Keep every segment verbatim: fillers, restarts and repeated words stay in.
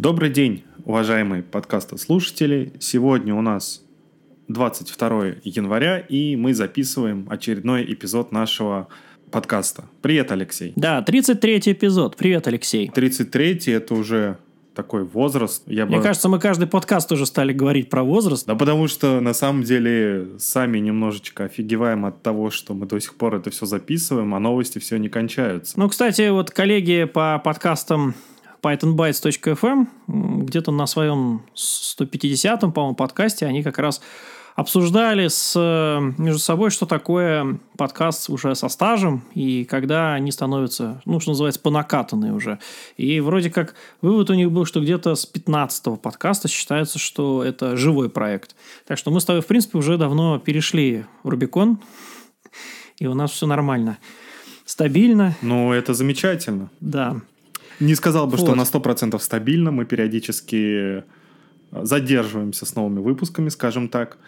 Добрый день, уважаемые подкастослушатели. Сегодня у нас двадцать второе января, и мы записываем очередной эпизод нашего подкаста. Привет, Алексей. Да, тридцать третий эпизод. Привет, Алексей. тридцать третий – это уже такой возраст. Я Мне бы... кажется, мы каждый подкаст уже стали говорить про возраст. Да потому что, на самом деле, сами немножечко офигеваем от того, что мы до сих пор это все записываем, а новости все не кончаются. Ну, кстати, вот коллеги по подкастам python bytes точка эф эм где-то на своем сто пятидесятом, по-моему, подкасте они как раз обсуждали с, между собой, что такое подкаст уже со стажем, и когда они становятся, ну, что называется, понакатанные уже. И вроде как вывод у них был, что где-то с пятнадцатого подкаста считается, что это живой проект. Так что мы с тобой, в принципе, уже давно перешли Рубикон, и у нас все нормально. Стабильно. Ну, это замечательно. Да. Не сказал бы, Вот. что на сто процентов стабильно. Мы периодически задерживаемся с новыми выпусками, скажем так.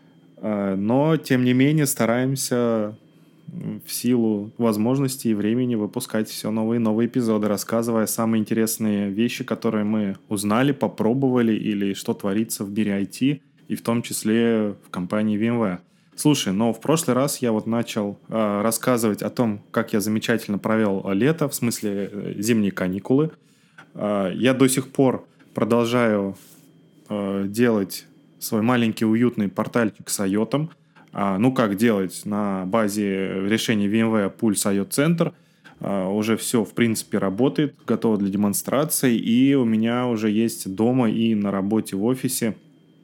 Но, тем не менее, стараемся в силу возможностей и времени выпускать все новые и новые эпизоды, рассказывая самые интересные вещи, которые мы узнали, попробовали или что творится в мире ай ти, и в том числе в компании VMware. Слушай, но в прошлый раз я вот начал э, рассказывать о том, как я замечательно провел лето, в смысле э, зимние каникулы. Э, я до сих пор продолжаю э, делать свой маленький уютный портальчик с айотом. Э, ну, как делать? На базе решения VMware Pulse ай о Center. Э, уже все, в принципе, работает, готово для демонстрации. И у меня уже есть дома и на работе в офисе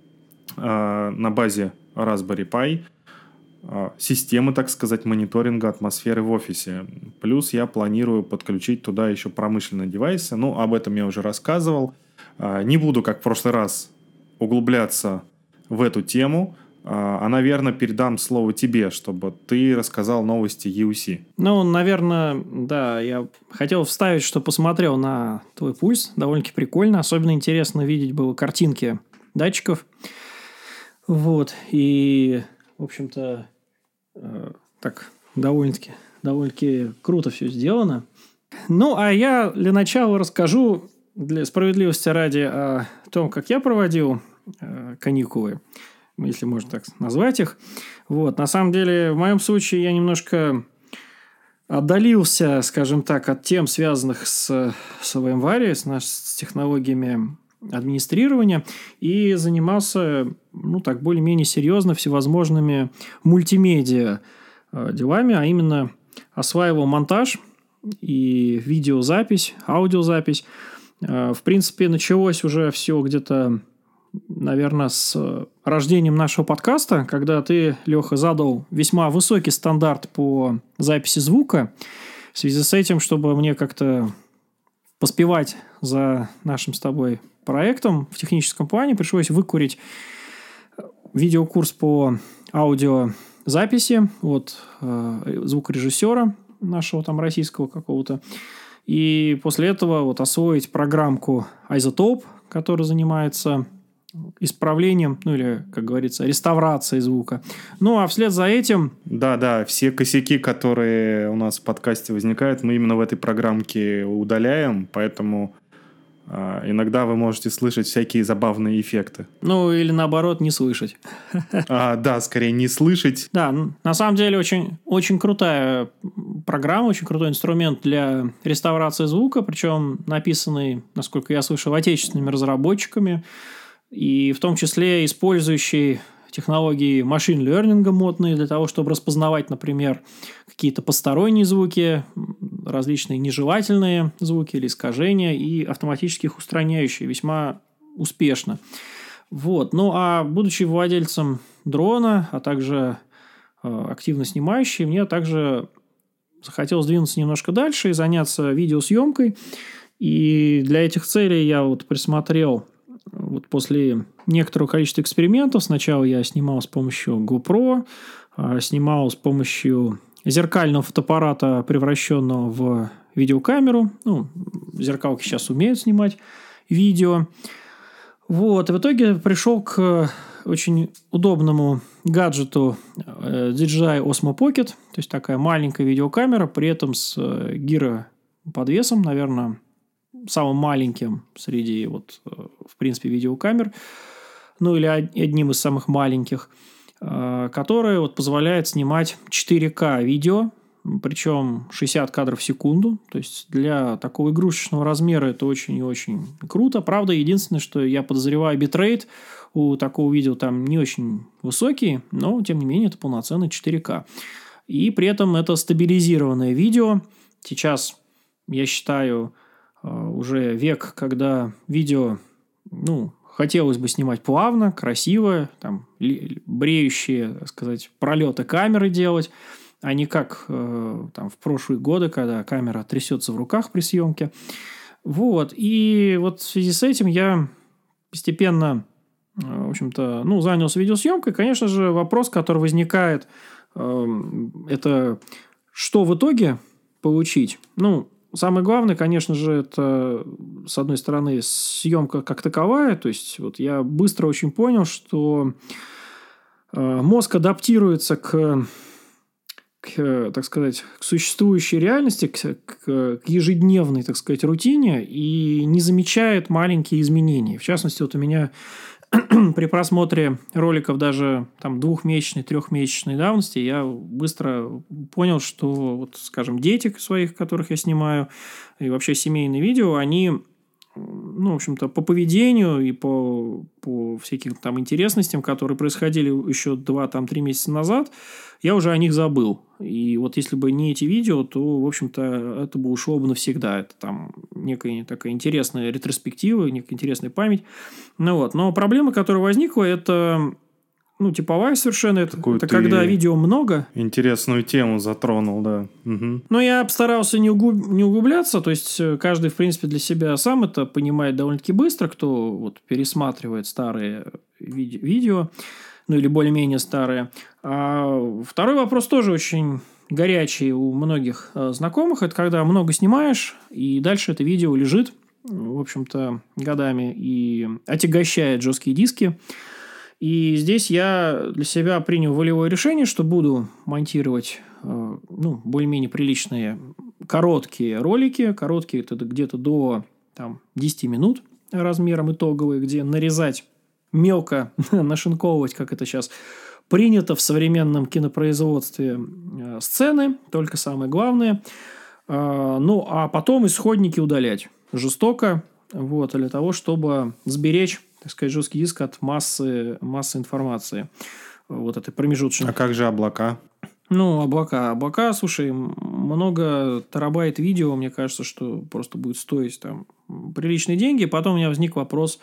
э, на базе Raspberry Pi системы, так сказать, мониторинга атмосферы в офисе. Плюс я планирую подключить туда еще промышленные девайсы. Ну, об этом я уже рассказывал. Не буду, как в прошлый раз, углубляться в эту тему. А, наверное, передам слово тебе, чтобы ты рассказал новости ю си. Ну, наверное, да, я хотел вставить, что посмотрел на твой пульс. Довольно-таки прикольно. Особенно интересно видеть было картинки датчиков. Вот. И, в общем-то, так, довольно-таки, довольно-таки круто все сделано. Ну, а я для начала расскажу, для справедливости ради, о том, как я проводил э, каникулы, если можно так назвать их. Вот, на самом деле, в моем случае я немножко отдалился, скажем так, от тем, связанных с, с VMware, с, наш, с технологиями администрирования, и занимался, ну, так, более-менее серьезно всевозможными мультимедиа делами, а именно осваивал монтаж и видеозапись, аудиозапись. В принципе, началось уже все где-то, наверное, с рождением нашего подкаста, когда ты, Леха, задал весьма высокий стандарт по записи звука. В связи с этим, чтобы мне как-то поспевать за нашим с тобой проектом в техническом плане, пришлось выкурить видеокурс по аудиозаписи от э, звукорежиссера нашего там российского какого-то. И после этого вот освоить программку iZotope, которая занимается исправлением, ну или, как говорится, реставрацией звука. Ну, а вслед за этим... Да-да, все косяки, которые у нас в подкасте возникают, мы именно в этой программке удаляем, поэтому э, иногда вы можете слышать всякие забавные эффекты. Ну, или наоборот, не слышать. А, да, скорее не слышать. Да, на самом деле очень, очень крутая программа, очень крутой инструмент для реставрации звука, причем написанный, насколько я слышал, отечественными разработчиками, и в том числе использующий технологии машин-лернинга модные для того, чтобы распознавать, например, какие-то посторонние звуки, различные нежелательные звуки или искажения, и автоматически их устраняющие весьма успешно. Вот. Ну, а будучи владельцем дрона, а также э, активно снимающий, мне также захотелось двинуться немножко дальше и заняться видеосъемкой. И для этих целей я вот присмотрел вот после некоторого количества экспериментов. Сначала я снимал с помощью GoPro, э, снимал с помощью зеркального фотоаппарата, превращенного в видеокамеру. Ну, зеркалки сейчас умеют снимать видео. Вот, и в итоге пришел к очень удобному гаджету ди джей ай Osmo Pocket, то есть такая маленькая видеокамера, при этом с гироподвесом, наверное, самым маленьким среди, вот, в принципе, видеокамер, ну, или одним из самых маленьких, который вот позволяет снимать четыре ка видео, причем шестьдесят кадров в секунду. То есть для такого игрушечного размера это очень и очень круто. Правда, единственное, что я подозреваю, битрейт у такого видео там не очень высокий, но тем не менее это полноценный четыре ка. И при этом это стабилизированное видео. Сейчас, я считаю, уже век, когда видео, ну, хотелось бы снимать плавно, красиво, там, бреющие, так сказать, пролеты камеры делать, а не как э, там, в прошлые годы, когда камера трясется в руках при съемке. Вот. И вот в связи с этим я постепенно, э, в общем-то, ну, занялся видеосъемкой. Конечно же, вопрос, который возникает, э, это что в итоге получить? Ну, самое главное, конечно же, это, с одной стороны, съемка как таковая. То есть, вот я быстро очень понял, что э, мозг адаптируется к, к, так сказать, к существующей реальности, к, к, к ежедневной, так сказать, рутине и не замечает маленькие изменения. В частности, вот у меня при просмотре роликов даже там двухмесячной, трехмесячной давности я быстро понял, что, вот, скажем, дети своих, которых я снимаю, и вообще семейные видео, они, ну, в общем-то, по поведению и по, по всяким там интересностям, которые происходили еще два-три месяца назад, я уже о них забыл. И вот если бы не эти видео, то, в общем-то, это бы ушло бы навсегда. Это там некая такая интересная ретроспектива, некая интересная память. Ну вот. Но проблема, которая возникла, это, ну, типовая совершенно. Это, это когда видео много. Интересную тему затронул, да. Угу. Но я постарался не, углуб... не углубляться. То есть, каждый, в принципе, для себя сам это понимает довольно-таки быстро, кто вот пересматривает старые ви... видео. Ну, или более-менее старые. А второй вопрос тоже очень горячий у многих э, знакомых. Это когда много снимаешь, и дальше это видео лежит, в общем-то, годами и отягощает жесткие диски. И здесь я для себя принял волевое решение, что буду монтировать э, ну, более-менее приличные короткие ролики. Короткие – это где-то до там, десять минут размером итоговые, где нарезать мелко нашинковывать, как это сейчас принято в современном кинопроизводстве, сцены, только самое главное. Ну, а потом исходники удалять жестоко, вот, для того, чтобы сберечь, так сказать, жесткий диск от массы, массы информации. Вот этой промежуточной. А как же облака? Ну, облака. Облака, слушай, много терабайт видео, мне кажется, что просто будет стоить там приличные деньги. Потом у меня возник вопрос...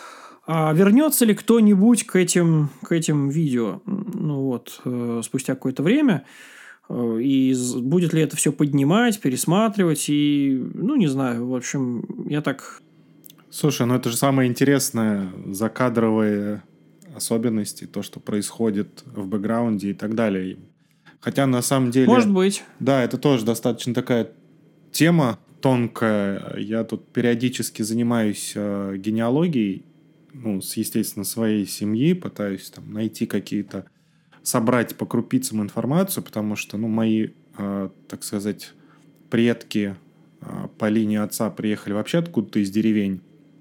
А вернется ли кто-нибудь к этим, к этим видео, ну вот, э, спустя какое-то время, э, и будет ли это все поднимать, пересматривать, и, ну, не знаю, в общем, я так... Слушай, ну это же самое интересное, закадровые особенности, то, что происходит в бэкграунде и так далее. Хотя на самом деле... Может быть. Да, это тоже достаточно такая тема тонкая. Я тут периодически занимаюсь э, генеалогией, ну, с, естественно, своей семьи, пытаюсь там найти какие-то, собрать по крупицам информацию, потому что, ну, мои, э, так сказать, предки э, по линии отца приехали вообще откуда-то из деревень,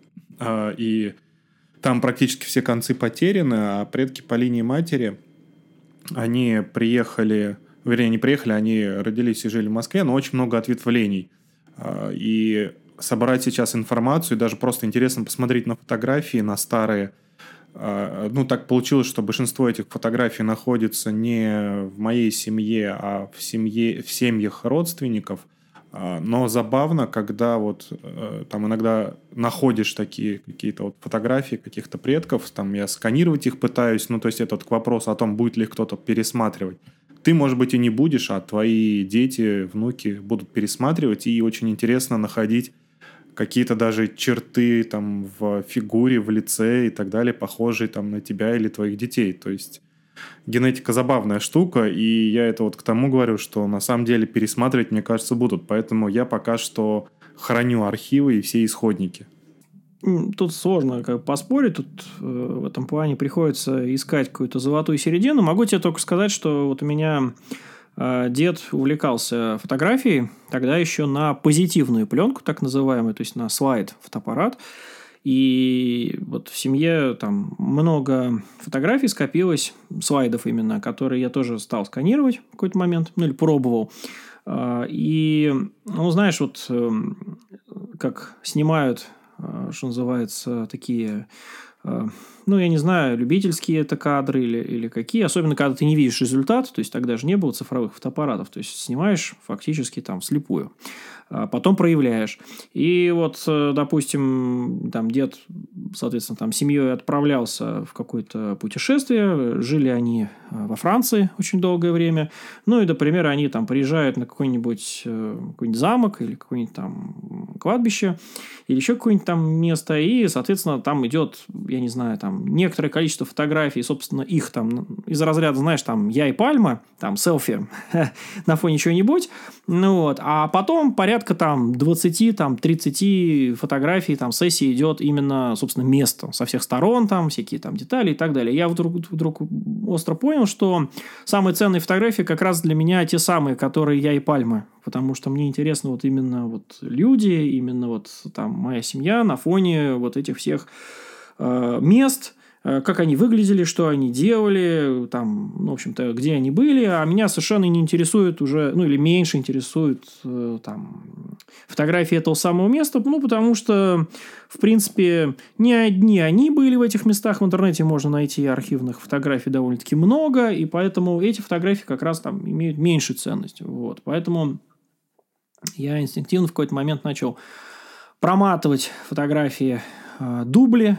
э, и там практически все концы потеряны, а предки по линии матери, они приехали, вернее, не приехали, они родились и жили в Москве, но очень много ответвлений, э, и собрать сейчас информацию, и даже просто интересно посмотреть на фотографии, на старые. Ну, так получилось, что большинство этих фотографий находится не в моей семье, а в, семье, в семьях родственников. Но забавно, когда вот там иногда находишь такие какие-то вот фотографии каких-то предков, там я сканировать их пытаюсь, ну, то есть это вот к вопросу о том, будет ли их кто-то пересматривать. Ты, может быть, и не будешь, а твои дети, внуки будут пересматривать, и очень интересно находить какие-то даже черты там в фигуре, в лице и так далее, похожие там на тебя или твоих детей. То есть генетика забавная штука, и я это вот к тому говорю, что на самом деле пересматривать, мне кажется, будут. Поэтому я пока что храню архивы и все исходники. Тут сложно как поспорить, тут э, в этом плане приходится искать какую-то золотую середину. Могу тебе только сказать, что вот у меня дед увлекался фотографией, тогда еще на позитивную пленку, так называемую, то есть на слайд-фотоаппарат. И вот в семье там много фотографий скопилось, слайдов именно, которые я тоже стал сканировать в какой-то момент, ну или пробовал. И, ну, знаешь, вот как снимают, что называется, такие, ну, я не знаю, любительские это кадры или, или какие, особенно когда ты не видишь результат, то есть тогда же не было цифровых фотоаппаратов, то есть снимаешь фактически там вслепую. Потом проявляешь. И вот, допустим, там дед, соответственно, там семьей отправлялся в какое-то путешествие. Жили они во Франции очень долгое время. Ну, и, например, они там приезжают на какой-нибудь, какой-нибудь замок или какое-нибудь там кладбище или еще какое-нибудь там место. И, соответственно, там идет, я не знаю, там некоторое количество фотографий, собственно, их там из разряда, знаешь, там я и пальма, там селфи на фоне чего-нибудь. Ну, вот. А потом порядка там двадцать, там тридцать фотографий, там сессии идет именно, собственно, место со всех сторон, там всякие там детали и так далее. Я вдруг, вдруг остро понял, что самые ценные фотографии как раз для меня те самые, которые я и пальма, потому что мне интересно вот именно вот люди, именно вот там моя семья на фоне вот этих всех э, мест, как они выглядели, что они делали, там, ну, в общем-то, где они были, а меня совершенно не интересует уже, ну, или меньше интересует там фотографии этого самого места, ну, потому что, в принципе, не одни они были в этих местах, в интернете можно найти архивных фотографий довольно-таки много, и поэтому эти фотографии как раз там имеют меньшую ценность, вот, поэтому я инстинктивно в какой-то момент начал проматывать фотографии э, дубли,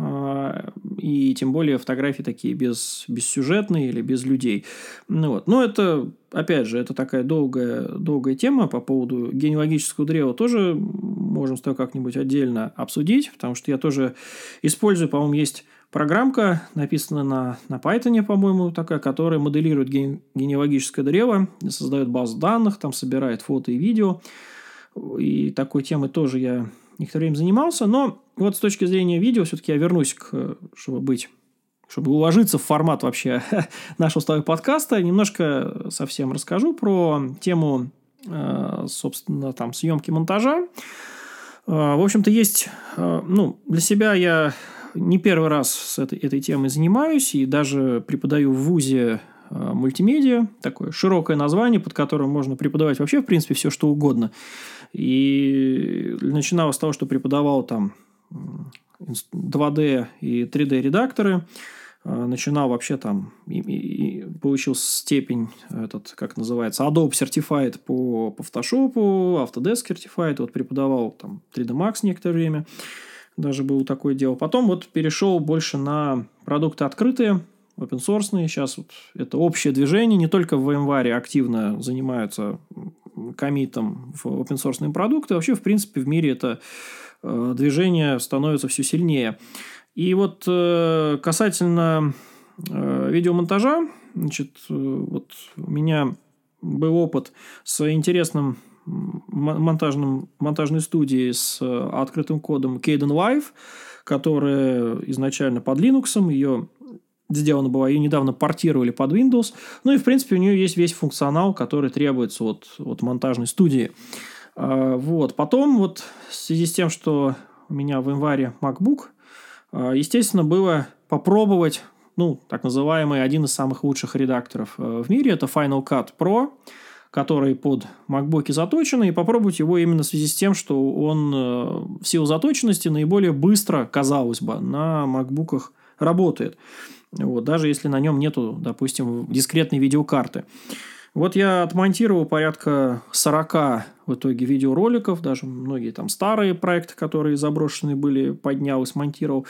и тем более фотографии такие без, бессюжетные или без людей. Ну, вот. Но это, опять же, это такая долгая, долгая тема по поводу генеалогического древа. Тоже можем с тобой как-нибудь отдельно обсудить, потому что я тоже использую, по-моему, есть программка, написанная на, на Python, по-моему, такая, которая моделирует ген, генеалогическое древо, создает базу данных, там собирает фото и видео. И такой темой тоже я некоторое время занимался, но вот с точки зрения видео все-таки я вернусь, к, чтобы быть, чтобы уложиться в формат вообще нашего с тобой подкаста, немножко совсем расскажу про тему, собственно, там, съемки монтажа. В общем-то, есть, ну, для себя я не первый раз с этой, этой темой занимаюсь и даже преподаю в вузе мультимедиа, такое широкое название, под которым можно преподавать вообще, в принципе, все, что угодно. И начинал с того, что преподавал там два дэ и три дэ редакторы. Начинал вообще там и, и, и получил степень, этот, как называется, Adobe Certified по, по Photoshop, Autodesk Certified. Вот преподавал там три дэ Max некоторое время. Даже было такое дело. Потом вот перешел больше на продукты открытые, open-source. Сейчас вот это общее движение. Не только в VMware активно занимаются коммитом в open-source продукты. Вообще, в принципе, в мире это э, движение становится все сильнее. И вот э, касательно э, видеомонтажа, значит, э, вот у меня был опыт с интересным монтажным, монтажной студией с э, открытым кодом Kdenlive, которая изначально под Linux, ее сделана была, ее недавно портировали под Windows. Ну и, в принципе, у нее есть весь функционал, который требуется от, от монтажной студии. А, вот. Потом, вот, в связи с тем, что у меня в январе MacBook, а, естественно, было попробовать, ну, так называемый, один из самых лучших редакторов в мире, это Final Cut Pro, который под MacBook заточен, и попробовать его именно в связи с тем, что он в силу заточенности наиболее быстро, казалось бы, на MacBook'ах работает. Вот, даже если на нем нету, допустим, дискретной видеокарты. Вот я отмонтировал порядка сорок в итоге видеороликов, даже многие там старые проекты, которые заброшенные были, поднял и смонтировал.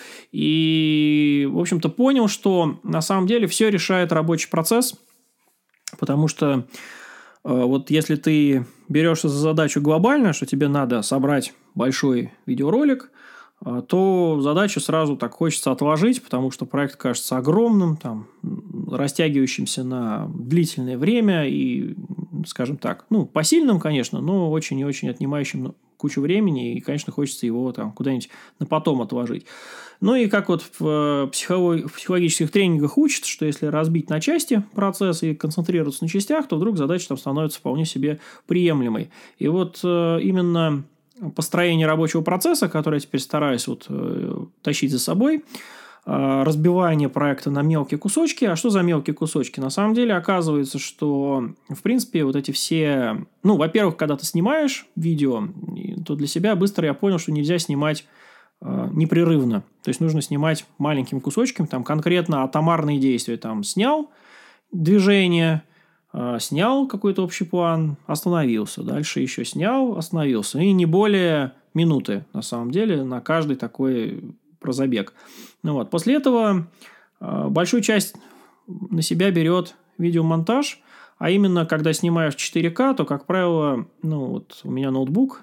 И, в общем-то, понял, что на самом деле все решает рабочий процесс, потому что э, вот если ты берешься за задачу глобально, что тебе надо собрать большой видеоролик, то задачу сразу так хочется отложить, потому что проект кажется огромным, там, растягивающимся на длительное время и, скажем так, ну, посильным, конечно, но очень и очень отнимающим кучу времени, и, конечно, хочется его там куда-нибудь на потом отложить. Ну и как вот в, психолог... в психологических тренингах учат, что если разбить на части процесс и концентрироваться на частях, то вдруг задача там становится вполне себе приемлемой. И вот э, именно построение рабочего процесса, которое я теперь стараюсь вот, э, тащить за собой, э, разбивание проекта на мелкие кусочки. А что за мелкие кусочки? На самом деле оказывается, что в принципе вот эти все... Ну, во-первых, когда ты снимаешь видео, то для себя быстро я понял, что нельзя снимать непрерывно. То есть, нужно снимать маленькими кусочками, там конкретно атомарные действия. Там снял движение, э, снял какой-то общий план, остановился. Дальше еще снял, остановился. И не более минуты, на самом деле, на каждый такой прозабег. Ну, вот. После этого э, большую часть на себя берет видеомонтаж. А именно, когда снимаешь в четыре ка, то, как правило, ну, вот у меня ноутбук,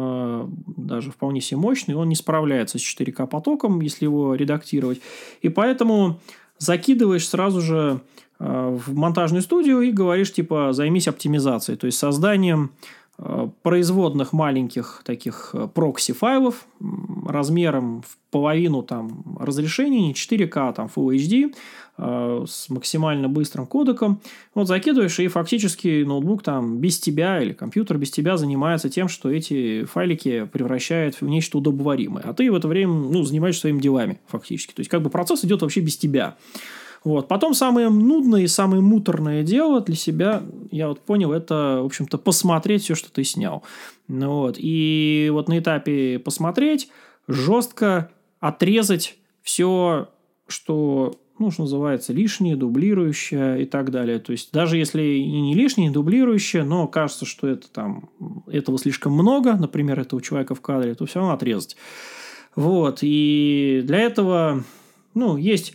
даже вполне себе мощный, он не справляется с четыре ка потоком, если его редактировать. И поэтому закидываешь сразу же в монтажную студию и говоришь, типа, займись оптимизацией, то есть созданием производных маленьких таких прокси-файлов размером в половину там, разрешения, не четыре ка, там Full эйч ди, э, с максимально быстрым кодеком. Вот закидываешь, и фактически ноутбук там без тебя или компьютер без тебя занимается тем, что эти файлики превращает в нечто удобоваримое. А ты в это время ну, занимаешься своими делами фактически. То есть, как бы процесс идет вообще без тебя. Вот. Потом самое нудное и самое муторное дело для себя, я вот понял, это, в общем-то, посмотреть все, что ты снял. Ну, вот. И вот на этапе посмотреть, жестко отрезать все, что, ну, что называется, лишнее, дублирующее и так далее. То есть, даже если и не лишнее, и дублирующее, но кажется, что это там, этого слишком много, например, этого человека в кадре, то все равно отрезать. Вот. И для этого, ну, есть...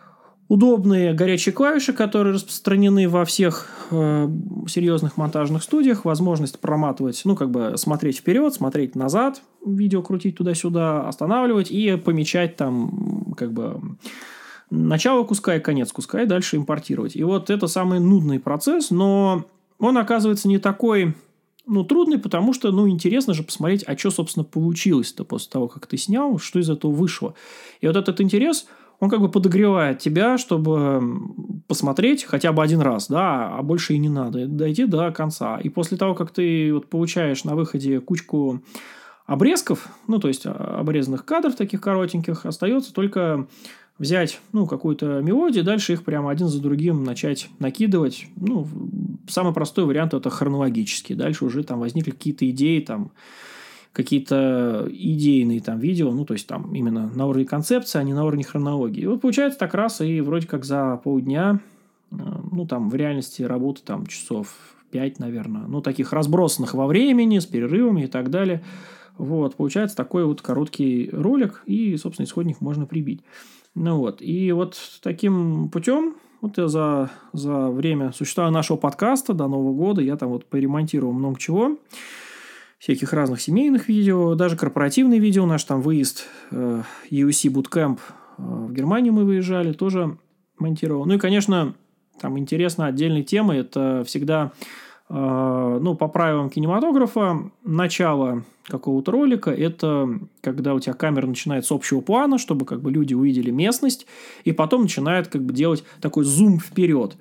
удобные горячие клавиши, которые распространены во всех э, серьезных монтажных студиях. Возможность проматывать, ну, как бы смотреть вперед, смотреть назад, видео крутить туда-сюда, останавливать и помечать там, как бы, начало куска и конец куска, и дальше импортировать. И вот это самый нудный процесс, но он оказывается не такой... Ну, трудный, потому что, ну, интересно же посмотреть, а что, собственно, получилось-то после того, как ты снял, что из этого вышло. И вот этот интерес... он как бы подогревает тебя, чтобы посмотреть хотя бы один раз, да, а больше и не надо, дойти до конца. И после того, как ты вот получаешь на выходе кучку обрезков, ну, то есть обрезанных кадров таких коротеньких, остается только взять, ну, какую-то мелодию, дальше их прямо один за другим начать накидывать. Ну, самый простой вариант – это хронологический. Дальше уже там возникли какие-то идеи, там, какие-то идейные там видео, ну, то есть, там именно на уровне концепции, а не на уровне хронологии. И вот получается так раз, и вроде как за полдня, ну, там, в реальности работы там часов пять, наверное, ну, таких разбросанных во времени, с перерывами и так далее. Вот, получается такой вот короткий ролик, и, собственно, исходник можно прибить. Ну, вот, и вот таким путем, вот я за, за время существования нашего подкаста до Нового года я там вот поремонтировал много чего, всяких разных семейных видео, даже корпоративные видео, наш там выезд э, ю си Bootcamp э, в Германию мы выезжали, тоже монтировал. Ну и, конечно, там интересно отдельной темой, это всегда, э, ну, по правилам кинематографа, начало какого-то ролика, это когда у тебя камера начинает с общего плана, чтобы как бы люди увидели местность, и потом начинает как бы делать такой зум вперед.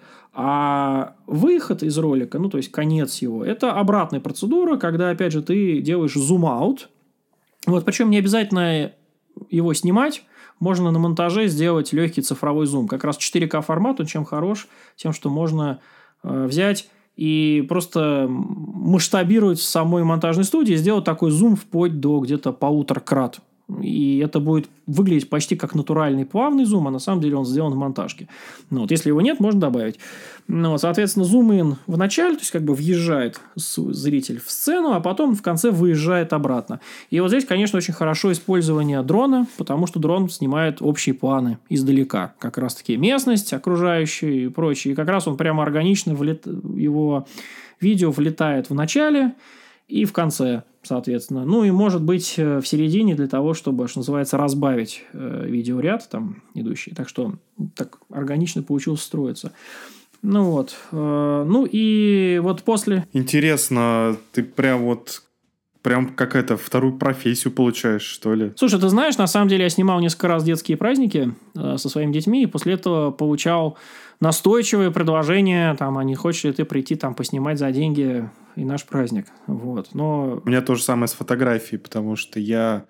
А выход из ролика, ну, то есть конец его, это обратная процедура, когда, опять же, ты делаешь зум-аут. Вот, причем не обязательно его снимать, можно на монтаже сделать легкий цифровой зум. Как раз четыре ка формат, он чем хорош? Тем, что можно э, взять и просто масштабировать в самой монтажной студии, сделать такой зум вплоть до где-то полутора крат. И это будет выглядеть почти как натуральный плавный зум, а на самом деле он сделан в монтажке. Ну, вот, если его нет, можно добавить. Ну, вот, соответственно, зум-ин в начале, то есть как бы въезжает зритель в сцену, а потом в конце выезжает обратно. И вот здесь, конечно, очень хорошо использование дрона, потому что дрон снимает общие планы издалека. Как раз-таки местность окружающая и прочее. И как раз он прямо органично, влет... его видео влетает в начале и в конце, соответственно. Ну, и, может быть, в середине для того, чтобы, что называется, разбавить э, видеоряд там идущий. Так что так органично получилось строиться. Ну, вот. Э, ну, и вот после... Интересно, ты прям вот прям какая-то вторую профессию получаешь, что ли. Слушай, ты знаешь, на самом деле я снимал несколько раз детские праздники э, со своими детьми, и после этого получал настойчивые предложения, там, а не хочешь ли ты прийти там поснимать за деньги и наш праздник. Вот. Но... У меня то же самое с фотографией, потому что я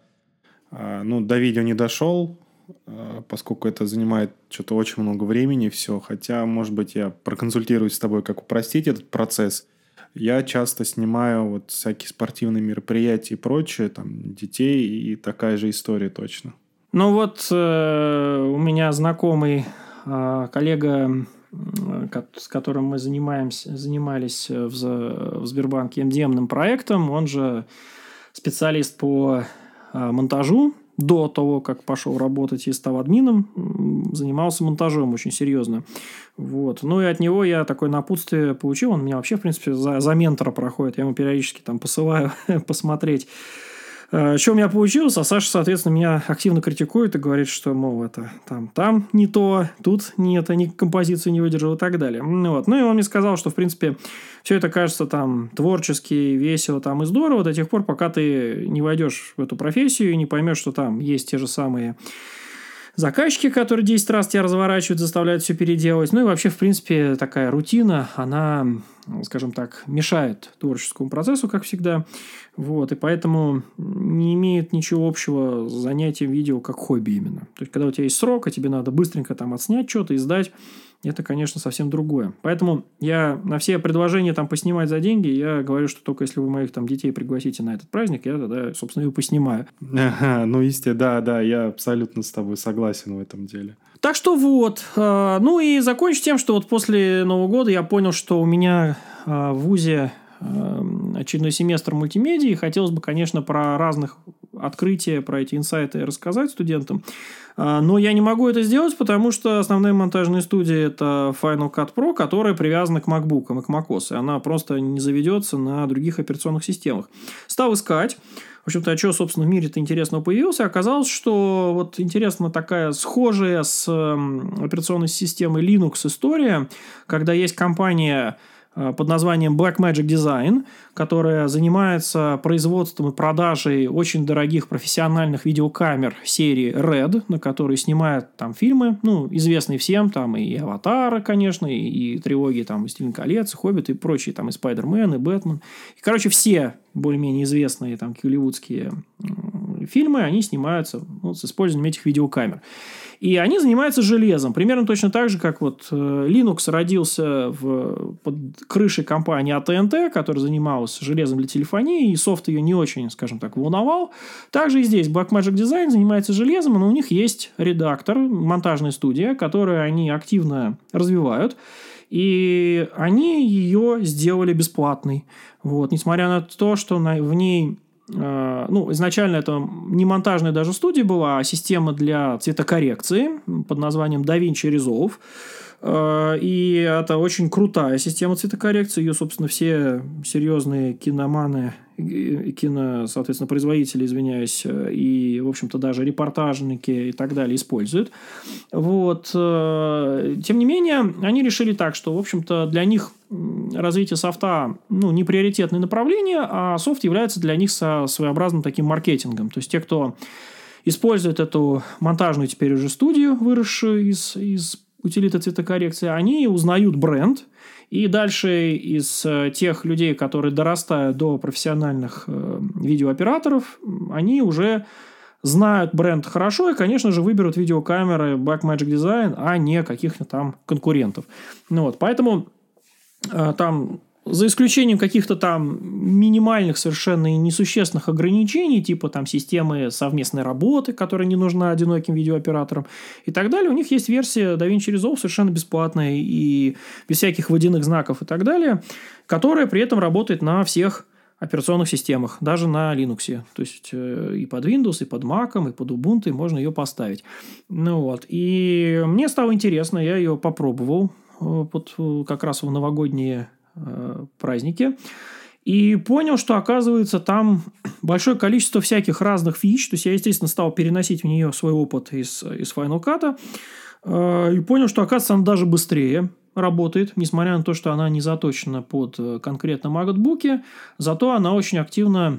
э, ну, до видео не дошел, э, поскольку это занимает что-то очень много времени, все. Хотя, может быть, я проконсультируюсь с тобой, как упростить этот процесс. Я часто снимаю вот всякие спортивные мероприятия и прочее, там, детей, и такая же история точно. Ну вот э, у меня знакомый э, коллега, э, с которым мы занимаемся, занимались в, в Сбербанке эм ди эм-ным проектом, он же специалист по э, монтажу. До того, как пошел работать и стал админом, занимался монтажом очень серьезно. Вот. Ну, и от него я такое напутствие получил. Он меня вообще, в принципе, за, за ментора проходит. Я ему периодически там посылаю посмотреть, что у меня получилось. А Саша, соответственно, меня активно критикует и говорит, что, мол, это там, там не то, тут не это, ни композицию не выдержал и так далее. Ну, вот. Ну, и он мне сказал, что, в принципе, все это кажется там творчески, весело там и здорово до тех пор, пока ты не войдешь в эту профессию и не поймешь, что там есть те же самые заказчики, которые десять раз тебя разворачивают, заставляют все переделать. Ну и вообще, в принципе, такая рутина, она, скажем так, мешает творческому процессу, как всегда. Вот, и поэтому не имеет ничего общего с занятием видео как хобби именно. То есть, когда у тебя есть срок, и тебе надо быстренько там отснять что-то и сдать, это, конечно, совсем другое. Поэтому я на все предложения там поснимать за деньги, я говорю, что только если вы моих там детей пригласите на этот праздник, я тогда, собственно, его поснимаю. Ага, ну, естественно, да, да, я абсолютно с тобой согласен в этом деле. Так что вот. Ну и закончу тем, что вот после Нового года я понял, что у меня в вузе очередной семестр мультимедии. Хотелось бы, конечно, про разных открытия, про эти инсайты рассказать студентам. Но я не могу это сделать, потому что основная монтажная студия – это Final Cut Pro, которая привязана к MacBook и к macOS. И она просто не заведется на других операционных системах. Стал искать. В общем-то, а что, собственно, в мире-то интересного появился? Оказалось, что вот интересно такая схожая с операционной системой Linux история, когда есть компания под названием Blackmagic Design, которая занимается производством и продажей очень дорогих профессиональных видеокамер серии Red, на которые снимают там фильмы, ну, известные всем, там и «Аватары», конечно, и, и трилогии там «Властелин колец», «Хоббит» и прочие, там и «Спайдермен», и «Бэтмен». И, короче, все более-менее известные там голливудские фильмы, они снимаются ну, с использованием этих видеокамер. И они занимаются железом. Примерно точно так же, как вот Linux родился в, под крышей компании эй ти энд ти, которая занималась железом для телефонии, и софт ее не очень, скажем так, волновал. Также и здесь Blackmagic Design занимается железом, но у них есть редактор, монтажная студия, которую они активно развивают. И они ее сделали бесплатной. Вот. Несмотря на то, что на, в ней... Ну, изначально это не монтажная даже студия была, а система для цветокоррекции под названием DaVinci Resolve. И это очень крутая система цветокоррекции. Ее, собственно, все серьезные киноманы, кино, соответственно, производители, извиняюсь, и, в общем-то, даже репортажники и так далее используют. Вот. Тем не менее, они решили так, что, в общем-то, для них развитие софта ну, не приоритетное направление, а софт является для них своеобразным таким маркетингом. То есть, те, кто использует эту монтажную теперь уже студию, выросшую из, из утилиты цветокоррекции, они узнают бренд, и дальше из тех людей, которые дорастают до профессиональных э, видеооператоров, они уже знают бренд хорошо и, конечно же, выберут видеокамеры Blackmagic Design, а не каких-то там конкурентов. Ну, вот, поэтому э, там... За исключением каких-то там минимальных совершенно и несущественных ограничений, типа там системы совместной работы, которая не нужна одиноким видеооператорам и так далее, у них есть версия DaVinci Resolve совершенно бесплатная и без всяких водяных знаков и так далее, которая при этом работает на всех операционных системах, даже на Linux. То есть, и под Windows, и под Mac, и под Ubuntu можно ее поставить. Ну вот. И мне стало интересно, я ее попробовал вот как раз в новогодние праздники. И понял, что, оказывается, там большое количество всяких разных фич. То есть, я, естественно, стал переносить в нее свой опыт из, из Final Cut. И понял, что, оказывается, она даже быстрее работает, несмотря на то, что она не заточена под конкретно MacBook. Зато она очень активно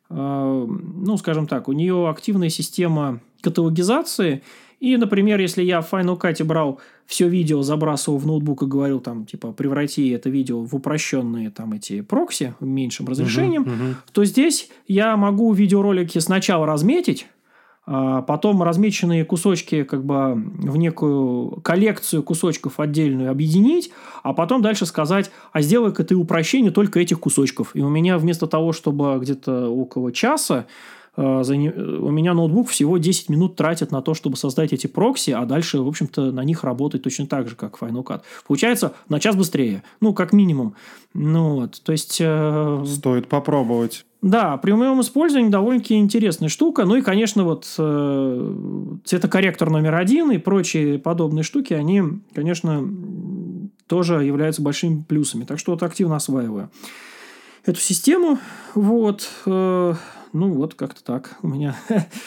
ну, скажем так, у нее активная система каталогизации. И, например, если я в Final Cut брал все видео, забрасывал в ноутбук и говорил, там, типа, преврати это видео в упрощенные там эти прокси меньшим разрешением, uh-huh, uh-huh. то здесь я могу видеоролики сначала разметить, а потом размеченные кусочки как бы в некую коллекцию кусочков отдельную объединить, а потом дальше сказать, а сделай-ка ты упрощение только этих кусочков. И у меня вместо того, чтобы где-то около часа, у меня ноутбук всего десять минут тратит на то, чтобы создать эти прокси, а дальше, в общем-то, на них работать точно так же, как Final Cut. Получается, на час быстрее. Ну, как минимум. Ну, вот. То есть... Э... Стоит попробовать. Да, при моем использовании довольно-таки интересная штука. Ну, и, конечно, вот э... цветокорректор номер один и прочие подобные штуки, они, конечно, тоже являются большими плюсами. Так что вот активно осваиваю эту систему. Вот... Э... Ну, вот как-то так. У меня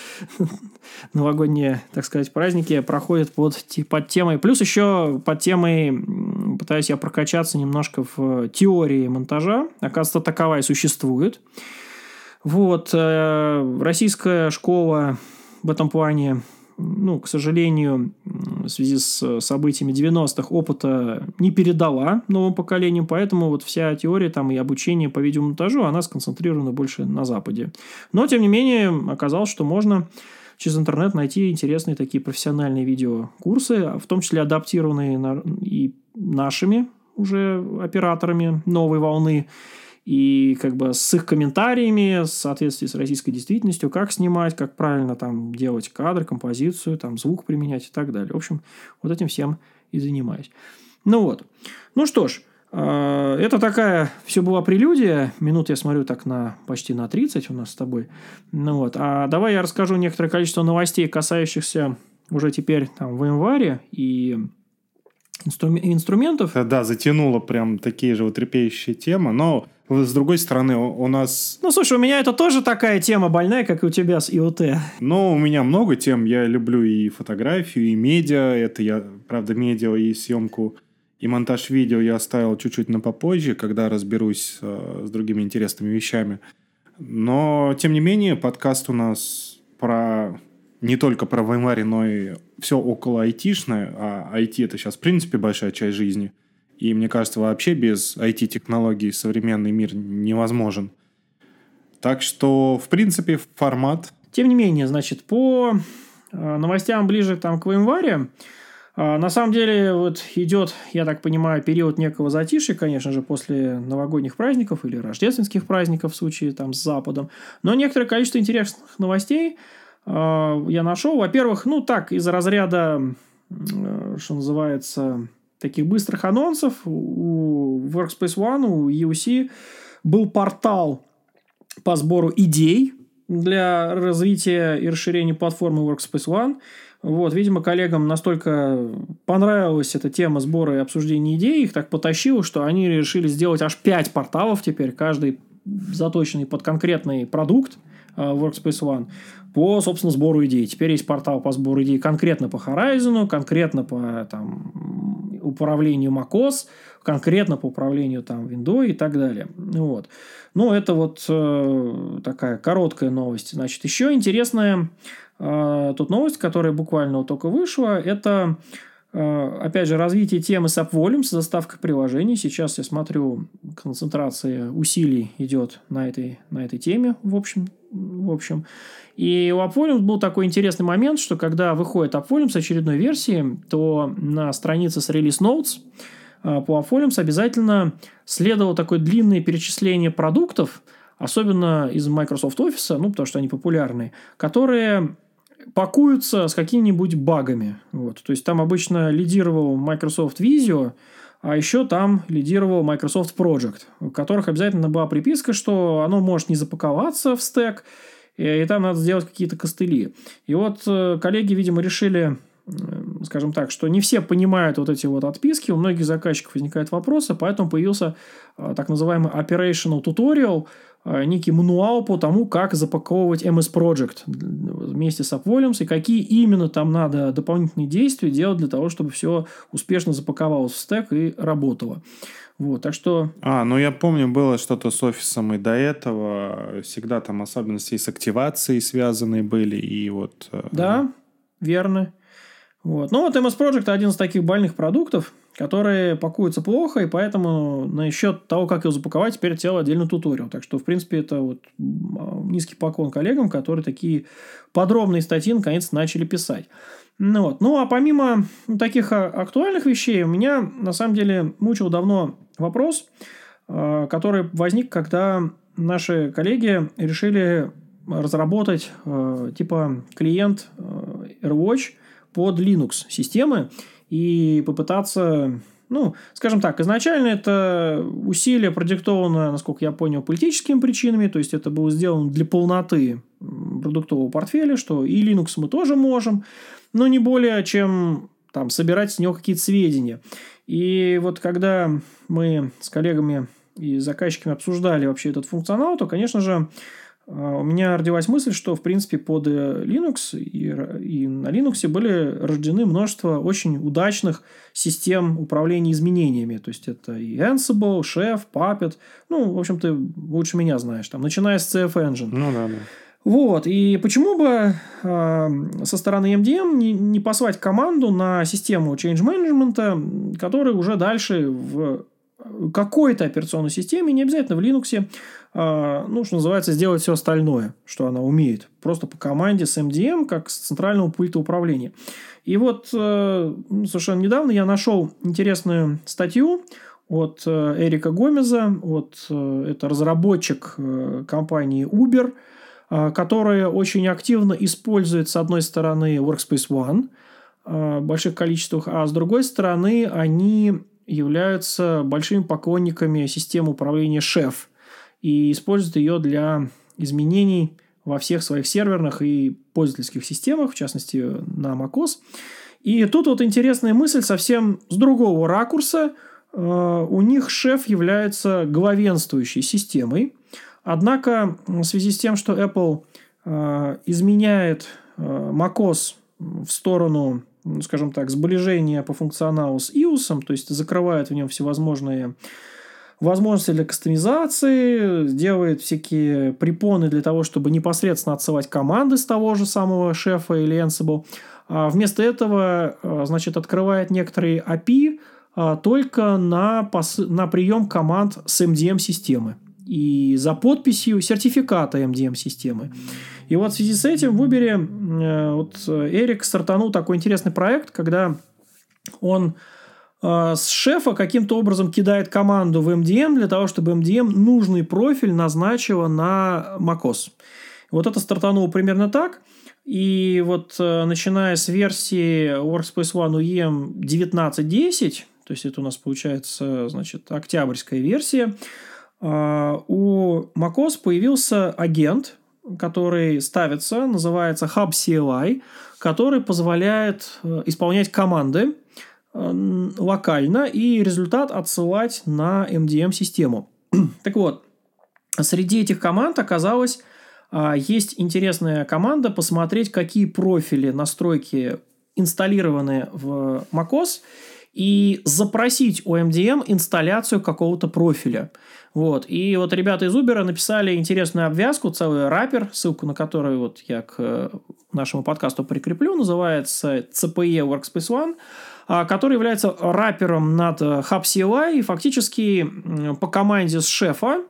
новогодние, так сказать, праздники проходят под, под темой. Плюс еще под темой пытаюсь я прокачаться немножко в теории монтажа. Оказывается, таковая существует. Вот. Российская школа в этом плане, ну, к сожалению, в связи с событиями девяностых опыта не передала новому поколению, поэтому вот вся теория там и обучение по видеомонтажу, она сконцентрирована больше на Западе. Но, тем не менее, оказалось, что можно через интернет найти интересные такие профессиональные видеокурсы, в том числе адаптированные на, и нашими уже операторами новой волны, и как бы с их комментариями, в соответствии с российской действительностью, как снимать, как правильно там делать кадры, композицию, там звук применять и так далее. В общем, вот этим всем и занимаюсь. Ну вот. Ну что ж, это такая все была прелюдия. Минут, я смотрю, так на почти на тридцать у нас с тобой. Ну вот. А давай я расскажу некоторое количество новостей, касающихся уже теперь там в январе и инструментов. Да, затянуло прям такие же вот трепещущие темы, но с другой стороны у нас... Ну, слушай, у меня это тоже такая тема больная, как и у тебя с ИОТ. Ну, у меня много тем. Я люблю и фотографию, и медиа. Это я, правда, медиа и съемку, и монтаж видео я оставил чуть-чуть на попозже, когда разберусь э, с другими интересными вещами. Но, тем не менее, подкаст у нас про... не только про VMware, но и все около айтишное. А ай ти – это сейчас, в принципе, большая часть жизни. И, мне кажется, вообще без ай ти-технологий современный мир невозможен. Так что, в принципе, формат... Тем не менее, значит, по новостям ближе там, к VMware, на самом деле вот идет, я так понимаю, период некого затишья, конечно же, после новогодних праздников или рождественских праздников в случае там, с Западом. Но некоторое количество интересных новостей я нашел. Во-первых, ну так, из разряда, что называется, таких быстрых анонсов, у Workspace ONE, у ю си был портал по сбору идей для развития и расширения платформы Workspace ONE. Вот, видимо, коллегам настолько понравилась эта тема сбора и обсуждения идей, их так потащило, что они решили сделать аж пять порталов теперь, каждый заточенный под конкретный продукт Workspace ONE, по, собственно, сбору идей. Теперь есть портал по сбору идей конкретно по Horizon, конкретно по там, управлению macOS, конкретно по управлению там, Windows и так далее. Вот. Ну, это вот э, такая короткая новость. Значит, еще интересная э, тут новость, которая буквально вот только вышла, это, э, опять же, развитие темы SubVolume с заставкой приложений. Сейчас я смотрю, концентрация усилий идет на этой, на этой теме, в общем. В общем. И у AppVolume был такой интересный момент, что когда выходит AppVolume с очередной версии, то на странице с Release Notes по AppVolume обязательно следовало такое длинное перечисление продуктов, особенно из Microsoft Office, ну, потому что они популярны, которые пакуются с какими-нибудь багами. Вот. То есть, там обычно лидировал Microsoft Visio, а еще там лидировал Microsoft Project, у которых обязательно была приписка, что оно может не запаковаться в стэк, и там надо сделать какие-то костыли. И вот коллеги, видимо, решили, скажем так, что не все понимают вот эти вот отписки, у многих заказчиков возникают вопросы, поэтому появился так называемый Operational Tutorial, некий мануал по тому, как запаковывать эм эс Project вместе с AppVolume, и какие именно там надо дополнительные действия делать для того, чтобы все успешно запаковалось в стэк и работало. Вот, так что... А, ну я помню, было что-то с офисом и до этого. Всегда там особенности с активацией связанные были. И вот... Да, верно. Вот. Ну, вот эм эс Project один из таких больных продуктов, которые пакуются плохо, и поэтому на счет того, как его запаковать, теперь целый отдельный туториал. Так что, в принципе, это вот низкий поклон коллегам, которые такие подробные статьи наконец-то начали писать. Ну, вот. Ну, а помимо таких актуальных вещей, у меня, на самом деле, мучил давно вопрос, который возник, когда наши коллеги решили разработать типа клиент AirWatch под Linux системы и попытаться, ну, скажем так, изначально это усилие продиктовано, насколько я понял, политическими причинами, то есть это было сделано для полноты продуктового портфеля, что и Linux мы тоже можем, но не более чем там собирать с него какие-то сведения. И вот когда мы с коллегами и заказчиками обсуждали вообще этот функционал, то, конечно же, у меня родилась мысль, что, в принципе, под Linux и, и на Linux были рождены множество очень удачных систем управления изменениями. То есть, это и Ansible, Chef, Puppet. Ну, в общем, ты лучше меня знаешь. Там, начиная с си эф Engine. Ну, да, да. Вот. И почему бы э, со стороны эм ди эм не, не послать команду на систему change management, которая уже дальше в какой-то операционной системе, не обязательно в Linux, э, ну, что называется, сделать все остальное, что она умеет. Просто по команде с эм ди эм, как с центрального пульта управления. И вот э, совершенно недавно я нашел интересную статью от э, Эрика Гомеза, от, э, это разработчик э, компании Uber, э, которая очень активно использует, с одной стороны, Workspace ONE э, в больших количествах, а с другой стороны, они являются большими поклонниками системы управления Chef и используют ее для изменений во всех своих серверных и пользовательских системах, в частности, на macOS. И тут вот интересная мысль совсем с другого ракурса. У них Chef является главенствующей системой. Однако, в связи с тем, что Apple изменяет macOS в сторону, скажем так, сближения по функционалу с ай о эс, то есть закрывает в нем всевозможные возможности для кастомизации, делает всякие препоны для того, чтобы непосредственно отсылать команды с того же самого Chef или Ansible. А вместо этого, значит, открывает некоторые эй пи ай только на, пос... на прием команд с эм ди эм-системы и за подписью сертификата эм ди эм-системы. И вот в связи с этим в Uber э, вот Эрик стартанул такой интересный проект, когда он э, с шефа каким-то образом кидает команду в эм ди эм для того, чтобы эм ди эм нужный профиль назначила на macOS. Вот это стартануло примерно так. И вот э, начиная с версии Workspace ONE ю и эм девятнадцать десять, то есть это у нас получается, значит, октябрьская версия, э, у macOS появился агент, который ставится, называется Hub си эл ай, который позволяет э, исполнять команды э, локально и результат отсылать на эм ди эм-систему. Так вот, среди этих команд оказалось, э, есть интересная команда посмотреть, какие профили настройки инсталлированы в macOS, и запросить у эм ди эм инсталляцию какого-то профиля. Вот. И вот ребята из Uber написали интересную обвязку, целый раппер, ссылку на который вот я к нашему подкасту прикреплю, называется си пи и Workspace ONE, который является раппером над Hub си эл ай и фактически по команде с шефа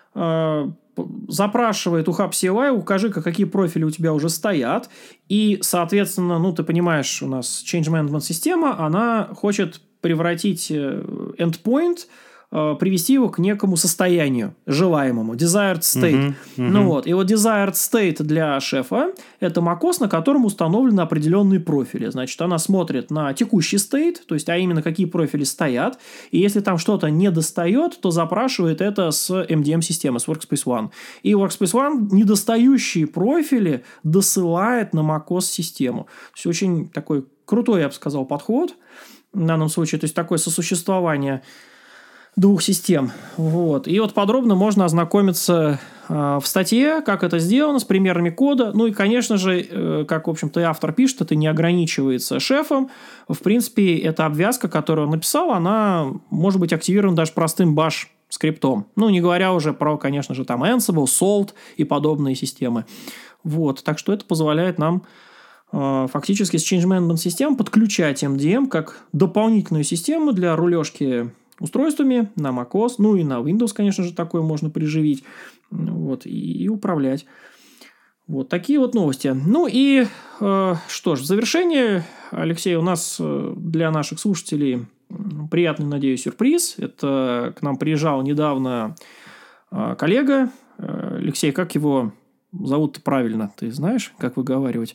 запрашивает у Hub си эл ай, укажи-ка, какие профили у тебя уже стоят, и, соответственно, ну, ты понимаешь, у нас change management система, она хочет превратить endpoint, привести его к некому состоянию желаемому, desired state. Uh-huh, uh-huh. Ну вот, и вот desired state для шефа – это macOS, на котором установлены определенные профили. Значит, она смотрит на текущий state, то есть, а именно, какие профили стоят, и если там что-то не достает, то запрашивает это с эм ди эм-системы, с Workspace ONE. И Workspace ONE недостающие профили досылает на macOS-систему. То есть, очень такой крутой, я бы сказал, подход в данном случае, то есть, такое сосуществование двух систем. Вот. И вот подробно можно ознакомиться в статье, как это сделано, с примерами кода. Ну и, конечно же, как, в общем-то, и автор пишет, это не ограничивается шефом. В принципе, эта обвязка, которую он написал, она может быть активирована даже простым баш-скриптом. Ну, не говоря уже про, конечно же, там Ansible, Salt и подобные системы. Вот. Так что это позволяет нам э, фактически с Change Management систем подключать эм ди эм как дополнительную систему для рулежки устройствами на macOS, ну и на Windows, конечно же, такое можно приживить, вот, и, и управлять. Вот такие вот новости. Ну и э, что ж, в завершение, Алексей, у нас э, для наших слушателей приятный, надеюсь, сюрприз. Это к нам приезжал недавно э, коллега. Э, Алексей, как его зовут правильно? Ты знаешь, как выговаривать?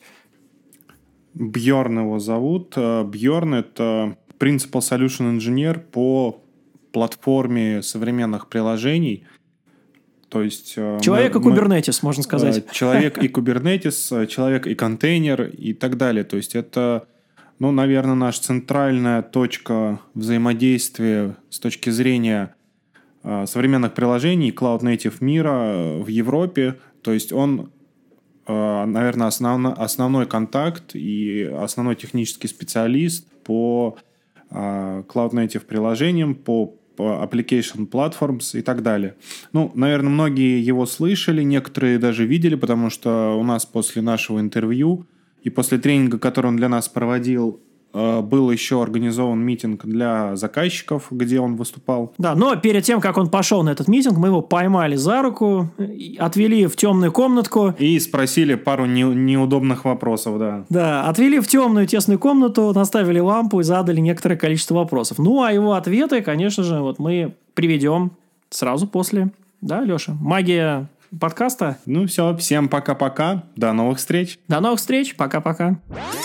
Бьорн его зовут. Бьорн – это Principal Solution Engineer по платформе современных приложений. То есть, человек мы, и Kubernetes, мы, можно сказать. Человек и Kubernetes, человек и контейнер и так далее. То есть это, ну, наверное, наша центральная точка взаимодействия с точки зрения современных приложений Cloud Native мира в Европе. То есть он, наверное, основно, основной контакт и основной технический специалист по Cloud Native приложениям, по application platforms и так далее. Ну, наверное, многие его слышали, некоторые даже видели, потому что у нас после нашего интервью и после тренинга, который он для нас проводил, был еще организован митинг для заказчиков, где он выступал. Да, но перед тем, как он пошел на этот митинг, мы его поймали за руку, отвели в темную комнатку. И спросили пару не, неудобных вопросов, да. Да, отвели в темную тесную комнату, наставили лампу и задали некоторое количество вопросов. Ну, а его ответы, конечно же, вот мы приведем сразу после. Да, Леша? Магия подкаста. Ну все, всем пока-пока. До новых встреч. До новых встреч. Пока-пока.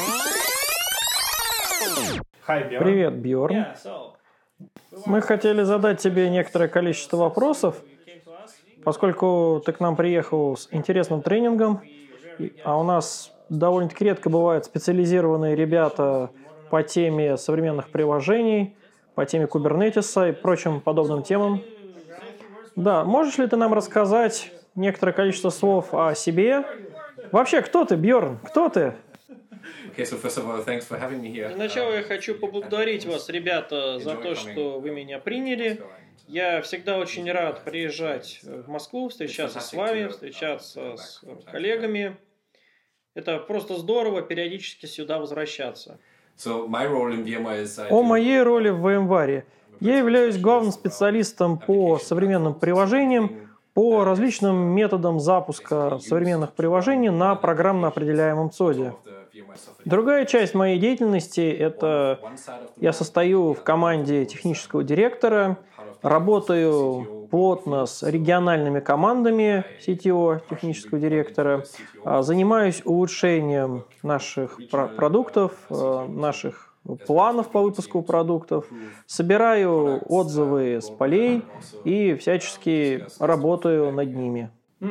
Hi, Bjorn. Привет, Бьорн. Yeah, so, Мы хотели задать тебе некоторое количество вопросов, поскольку ты к нам приехал с интересным тренингом, а у нас довольно-таки редко бывают специализированные ребята по теме современных приложений, по теме Kubernetes и прочим подобным темам. Да, можешь ли ты нам рассказать некоторое количество слов о себе? Вообще, кто ты, Бьорн? Кто ты? Okay, so first of all, thanks for having me here. Сначала я хочу поблагодарить вас, ребята, за то, что вы меня приняли. Я всегда очень рад приезжать в Москву, встречаться с вами, встречаться с коллегами. Это просто здорово периодически сюда возвращаться. So my role in VMware is I О do- моей роли в VMware. Я являюсь главным специалистом по современным приложениям, по различным методам запуска современных приложений на программно определяемом цоде. Другая часть моей деятельности – это я состою в команде технического директора, работаю плотно с региональными командами си ти о, технического директора, занимаюсь улучшением наших про- продуктов, наших планов по выпуску продуктов, собираю отзывы с полей и всячески работаю над ними.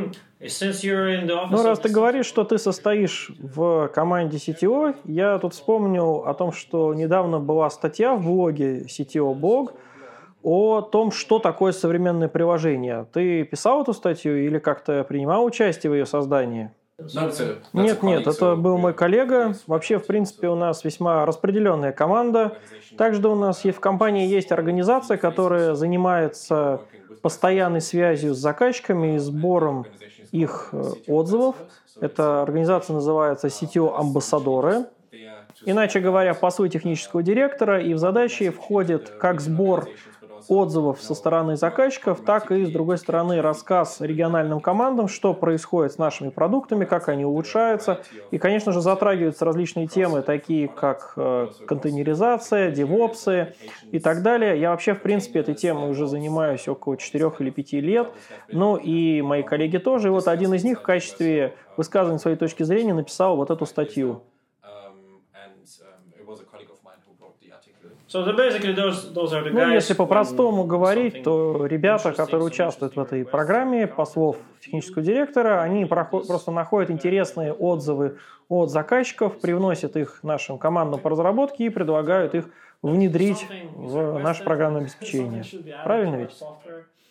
Ну, раз ты говоришь, что ты состоишь в команде си ти о, я тут вспомнил о том, что недавно была статья в блоге си ти о Blog о том, что такое современное приложение. Ты писал эту статью или как-то принимал участие в ее создании? No, it's a- that's a Нет, нет, colleague, это so был мой we- коллега. Вообще, в принципе, у нас весьма распределенная команда. Также у нас и в компании есть организация, которая занимается постоянной связью с заказчиками и сбором их э, отзывов. Эта организация называется си ти о-амбассадоры. Иначе говоря, послы технического директора, и в задачи входит как сбор отзывов со стороны заказчиков, так и, с другой стороны, рассказ региональным командам, что происходит с нашими продуктами, как они улучшаются. И, конечно же, затрагиваются различные темы, такие как э, контейнеризация, девопсы и так далее. Я вообще, в принципе, этой темой уже занимаюсь около четырех или пяти лет. Ну и мои коллеги тоже. И вот один из них в качестве высказывания своей точки зрения написал вот эту статью. Um, and um, it was a colleague of mine who wrote the article. So basically those, those are the ну, если по-простому говорить, то ребята, которые участвуют в этой программе, по слов технического директора, они проход, просто находят интересные отзывы от заказчиков, привносят их нашим командам по разработке и предлагают их внедрить в наше программное обеспечение. Правильно ведь?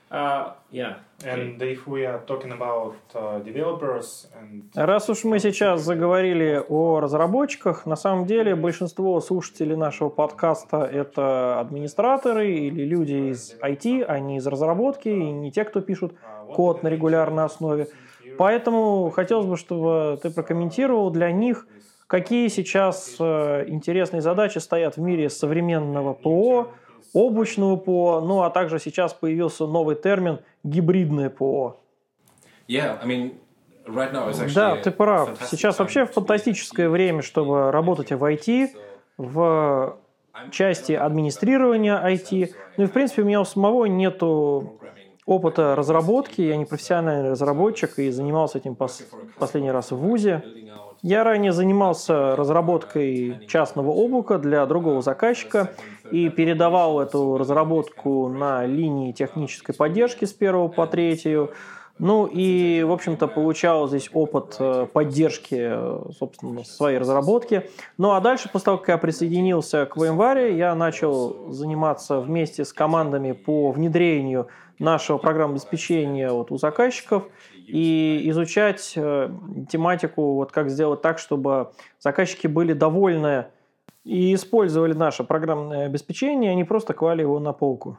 Uh, yeah. And if we are talking about uh, developers and... Раз уж мы сейчас заговорили о разработчиках, на самом деле большинство слушателей нашего подкаста – это администраторы или люди из ай ти, а не из разработки, и не те, кто пишут код на регулярной основе. Поэтому хотелось бы, чтобы ты прокомментировал для них, какие сейчас э, интересные задачи стоят в мире современного ПО, облачного ПО, ну а также сейчас появился новый термин «гибридное ПО». Yeah, I mean, right now is actually Да, ты прав. fantastic Сейчас time вообще to фантастическое время, чтобы работать в ай ти, в части администрирования ай ти. Ну и, в принципе, у меня у самого нету опыта разработки, я не профессиональный разработчик и занимался этим пос- последний раз в ВУЗе. Я ранее занимался разработкой частного облака для другого заказчика и передавал эту разработку на линии технической поддержки с первого по третью. Ну и, в общем-то, получал здесь опыт поддержки, собственно, своей разработки. Ну а дальше, после того, как я присоединился к VMware, я начал заниматься вместе с командами по внедрению нашего программного обеспечения вот, у заказчиков и изучать э, тематику, вот как сделать так, чтобы заказчики были довольны и использовали наше программное обеспечение, а не просто клали его на полку.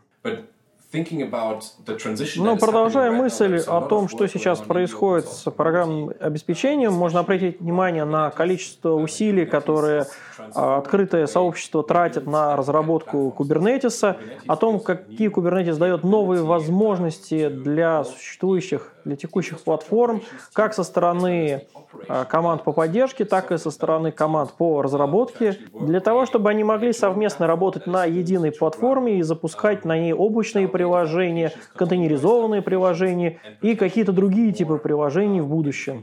Но продолжая мысль о том, что сейчас происходит с программным обеспечением, можно обратить внимание на количество усилий, которые открытое сообщество тратит на разработку Kubernetes, о том, какие Kubernetes дает новые возможности для существующих, для текущих платформ, как со стороны команд по поддержке, так и со стороны команд по разработке, для того, чтобы они могли совместно работать на единой платформе и запускать на ней облачные приложения, контейнеризованные приложения и какие-то другие типы приложений в будущем.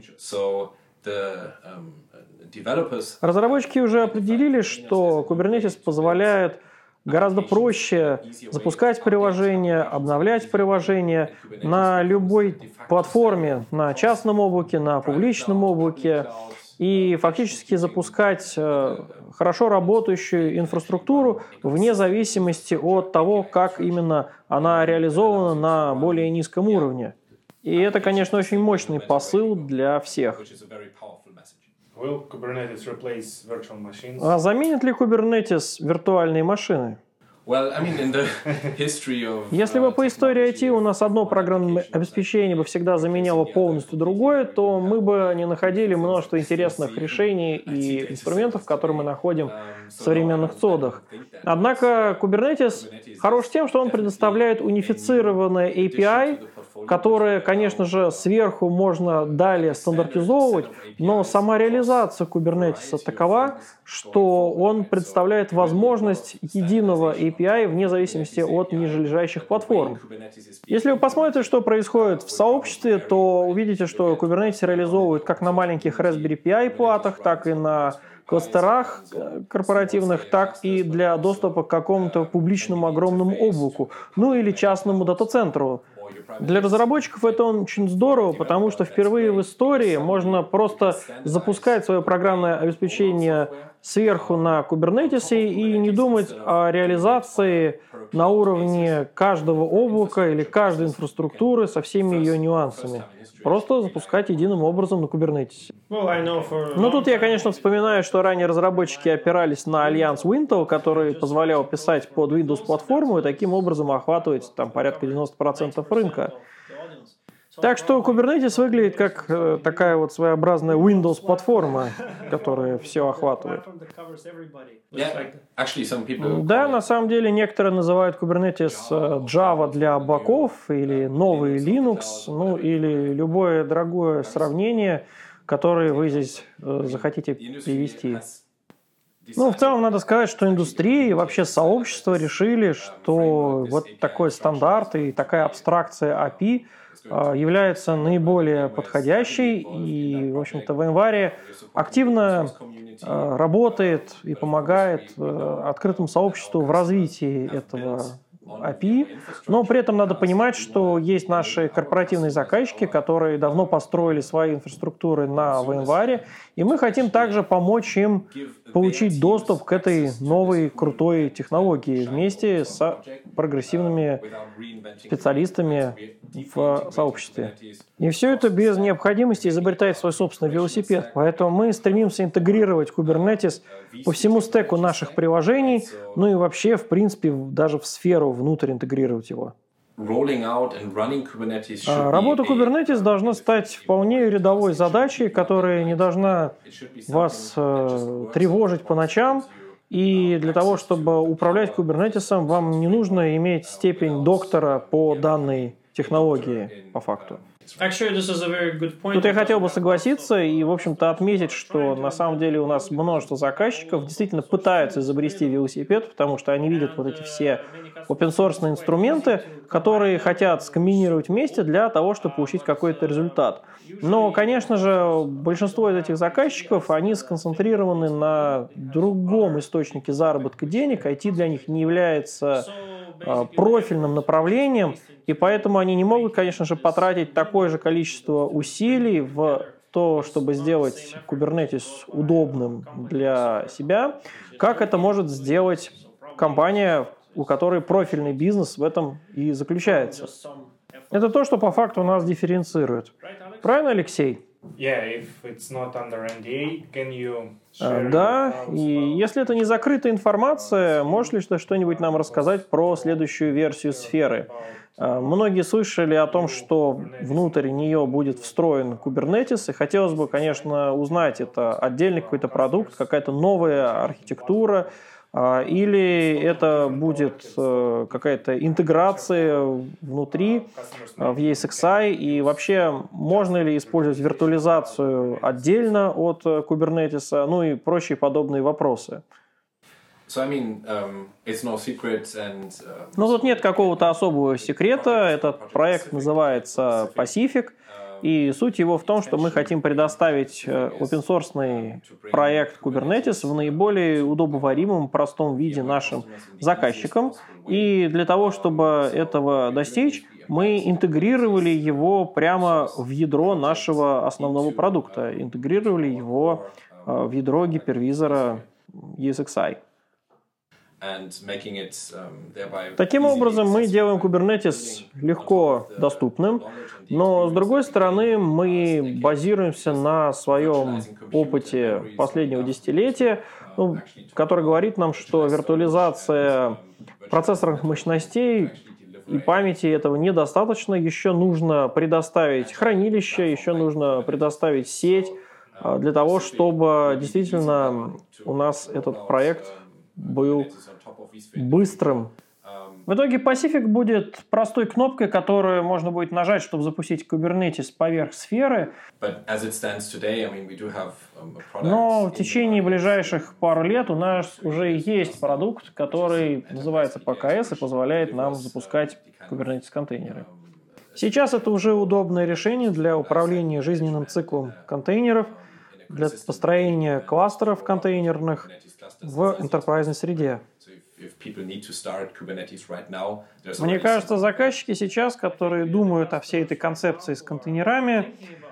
Разработчики уже определили, что Kubernetes позволяет гораздо проще запускать приложения, обновлять приложения на любой платформе, на частном облаке, на публичном облаке, и фактически запускать хорошо работающую инфраструктуру вне зависимости от того, как именно она реализована на более низком уровне. И это, конечно, очень мощный посыл для всех. А заменит ли Kubernetes виртуальные машины? Если бы по истории ай ти у нас одно программное обеспечение бы всегда заменяло полностью другое, то мы бы не находили множество интересных решений и инструментов, которые мы находим в современных цодах. Однако Kubernetes хорош тем, что он предоставляет унифицированное эй пи ай, которые, конечно же, сверху можно далее стандартизовывать, но сама реализация Kubernetes такова, что он представляет возможность единого эй пи ай вне зависимости от нижележащих платформ. Если вы посмотрите, что происходит в сообществе, то увидите, что Kubernetes реализовывают как на маленьких Raspberry Pi платах, так и на кластерах корпоративных, так и для доступа к какому-то публичному огромному облаку, ну или частному дата-центру. Для разработчиков это очень здорово, потому что впервые в истории можно просто запускать свое программное обеспечение сверху на Kubernetes и не думать о реализации на уровне каждого облака или каждой инфраструктуры со всеми ее нюансами. Просто запускать единым образом на Kubernetes. Ну, тут я, конечно, вспоминаю, что ранее разработчики опирались на альянс Wintel, который позволял писать под Windows-платформу и таким образом охватывать там, порядка девяносто процентов рынка. Так что Kubernetes выглядит как э, такая вот своеобразная Windows-платформа, которая все охватывает. Да, на самом деле некоторые называют Kubernetes Java для облаков или новый Linux, ну или любое другое сравнение, которое вы здесь э, захотите привести. Ну, в целом, надо сказать, что индустрия и вообще сообщество решили, что вот такой стандарт и такая абстракция эй пи ай является наиболее подходящей, и, в общем-то, VMware активно работает и помогает открытому сообществу в развитии этого эй пи ай, но при этом надо понимать, что есть наши корпоративные заказчики, которые давно построили свои инфраструктуры на VMware, и мы хотим также помочь им получить доступ к этой новой крутой технологии вместе с прогрессивными специалистами в сообществе. И все это без необходимости изобретать свой собственный велосипед. Поэтому мы стремимся интегрировать Kubernetes по всему стеку наших приложений, ну и вообще, в принципе, даже в сферу внутрь интегрировать его. Работа Kubernetes должна стать вполне рядовой задачей, которая не должна вас э, тревожить по ночам. И для того, чтобы управлять Kubernetes, вам не нужно иметь степень доктора по данной технологии, по факту. Тут я хотел бы согласиться и, в общем-то, отметить, что на самом деле у нас множество заказчиков действительно пытаются изобрести велосипед, потому что они видят вот эти все open-source инструменты, которые хотят скомбинировать вместе для того, чтобы получить какой-то результат. Но, конечно же, большинство из этих заказчиков, они сконцентрированы на другом источнике заработка денег, ай ти для них не является профильным направлением, и поэтому они не могут, конечно же, потратить такое же количество усилий в то, чтобы сделать Kubernetes удобным для себя, как это может сделать компания, у которой профильный бизнес в этом и заключается. Это то, что по факту нас дифференцирует. Правильно, Алексей? Yeah, if it's not under эн ди эй, can you share Да, your и thoughts about- если это не закрытая информация, можешь ли ты что-нибудь нам рассказать про следующую версию сферы? А, Многие слышали о том, что внутрь нее будет встроен Kubernetes, и хотелось бы, конечно, узнать, это отдельный какой-то продукт, какая-то новая архитектура, а, или это будет э, какая-то интеграция внутри э, в и эс икс ай, и вообще можно ли использовать виртуализацию отдельно от э, Kubernetes, ну и прочие подобные вопросы. So I mean, um, it's no secret, and uh, Но тут нет какого-то особого секрета. Этот проект называется Pacific, и суть его в том, что мы хотим предоставить open-source проект Kubernetes в наиболее удобоваримом, простом виде нашим заказчикам. И для того, чтобы этого достичь, мы интегрировали его прямо в ядро нашего основного продукта, интегрировали его в ядро гипервизора и эс икс ай. and making it um, thereby Таким easily образом, мы accessible. делаем Kubernetes легко доступным, но, с другой стороны, мы базируемся на своем опыте последнего десятилетия, ну, который говорит нам, что виртуализация процессорных мощностей и памяти этого недостаточно, еще нужно предоставить хранилище, еще нужно предоставить сеть а, для того, чтобы действительно у нас этот проект был быстрым. В итоге Pacific будет простой кнопкой, которую можно будет нажать, чтобы запустить Kubernetes поверх сферы, But as it stands today, I mean, we do have um, a product но в in течение the market. ближайших пару лет у нас уже есть продукт, который называется пи кей эс и позволяет нам запускать Kubernetes-контейнеры. Сейчас это уже удобное решение для управления жизненным циклом контейнеров, для построения кластеров контейнерных в энтерпрайзной среде. So if, if people need to start Kubernetes right now, there's Мне already кажется, some- заказчики сейчас, которые думают о всей этой концепции с контейнерами,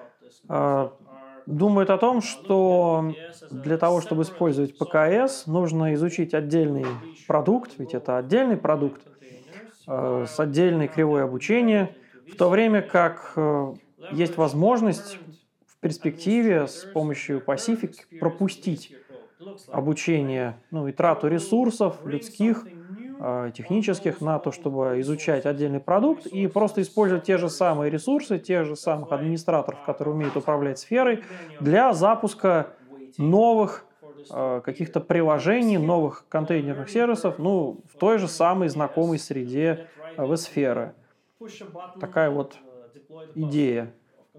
э, думают о том, что для того, чтобы использовать пи кей эс, нужно изучить отдельный продукт, ведь это отдельный продукт э, с отдельной кривой обучения, в то время как э, есть возможность в перспективе с помощью Pacific пропустить обучение, ну и трату ресурсов людских, э, технических на то, чтобы изучать отдельный продукт и просто использовать те же самые ресурсы, тех же самых администраторов, которые умеют управлять сферой, для запуска новых э, каких-то приложений, новых контейнерных сервисов, ну, в той же самой знакомой среде э, vSphere. Такая вот идея.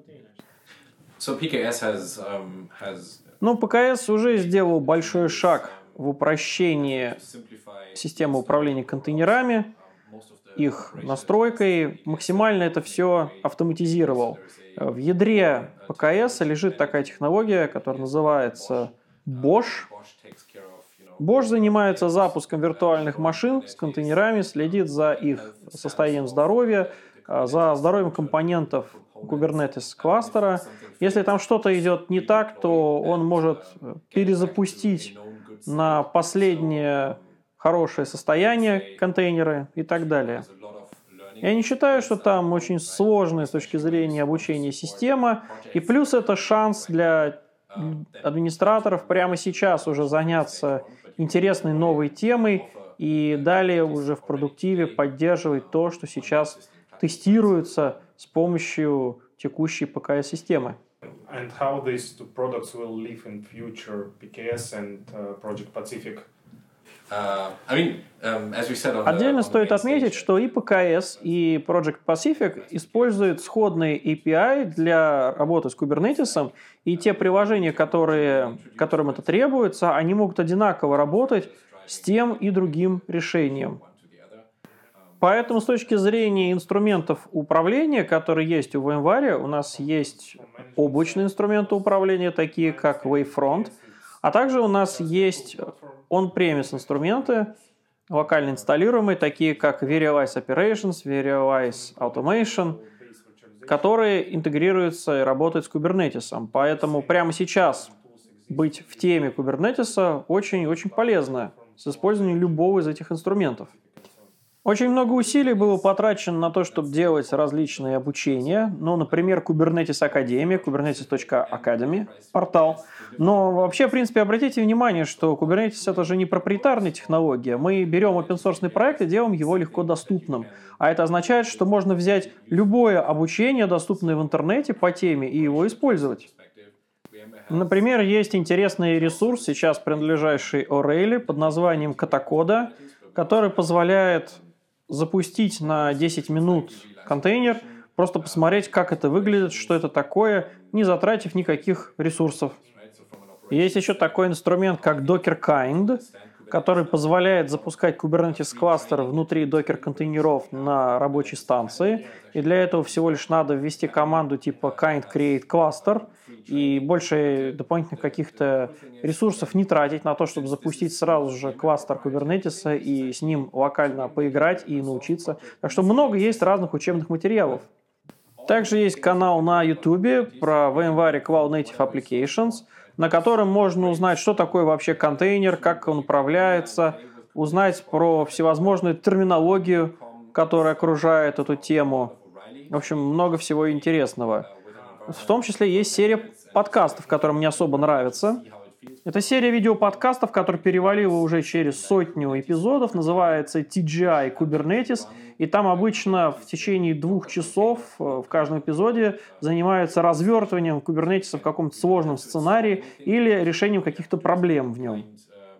So P K S has um, has Но пи кей эс уже сделал большой шаг в упрощении simplified системы управления контейнерами, most of the их настройкой, максимально это все автоматизировал. В ядре пи кей эс лежит такая технология, которая называется Bosch. Bosch takes care of, you know, Bosch занимается запуском виртуальных машин с контейнерами, следит за их состоянием здоровья, за здоровьем компонентов Kubernetes кластера. Если там что-то идет не так, то он может перезапустить на последнее хорошее состояние контейнеры и так далее. Я не считаю, что там очень сложная с точки зрения обучения система, и плюс это шанс для администраторов прямо сейчас уже заняться интересной новой темой и далее уже в продуктиве поддерживать то, что сейчас тестируется с помощью текущей пи кей эс-системы. And how these two products will live in future, пи кей эс and uh, Project Pacific? Отдельно стоит отметить, что и пи кей эс, и Project Pacific используют сходные эй пи ай для работы с Kubernetes, и те приложения, которые, которым это требуется, они могут одинаково работать с тем и другим решением. Поэтому с точки зрения инструментов управления, которые есть у VMware, у нас есть облачные инструменты управления, такие как Wavefront, а также у нас есть on-premise инструменты, локально инсталируемые, такие как VeriWise Operations, VeriWise Automation, которые интегрируются и работают с Kubernetes. Поэтому прямо сейчас быть в теме Kubernetes очень-очень полезно с использованием любого из этих инструментов. Очень много усилий было потрачено на то, чтобы делать различные обучения. Ну, например, Kubernetes Академия, kubernetes точка academy, портал. Но вообще, в принципе, обратите внимание, что Kubernetes — это же не проприетарная технология. Мы берем open-source проект и делаем его легко доступным. А это означает, что можно взять любое обучение, доступное в интернете по теме, и его использовать. Например, есть интересный ресурс, сейчас принадлежащий O'Reilly, под названием Katacoda, который позволяет запустить на десять минут контейнер, просто посмотреть, как это выглядит, что это такое, не затратив никаких ресурсов. Есть еще такой инструмент, как Dockerkind, который позволяет запускать Kubernetes кластер внутри докер-контейнеров на рабочей станции. И для этого всего лишь надо ввести команду типа kind create cluster и больше дополнительных каких-то ресурсов не тратить на то, чтобы запустить сразу же кластер Kubernetes и с ним локально поиграть и научиться. Так что много есть разных учебных материалов. Также есть канал на YouTube про VMware Cloud Native Applications, на котором можно узнать, что такое вообще контейнер, как он управляется, узнать про всевозможную терминологию, которая окружает эту тему. В общем, много всего интересного. В том числе есть серия подкастов, которые мне особо нравятся. Это серия видеоподкастов, которая перевалила уже через сотню эпизодов, называется ти джи ай Kubernetes, и там обычно в течение двух часов в каждом эпизоде занимаются развертыванием Kubernetes в каком-то сложном сценарии или решением каких-то проблем в нем.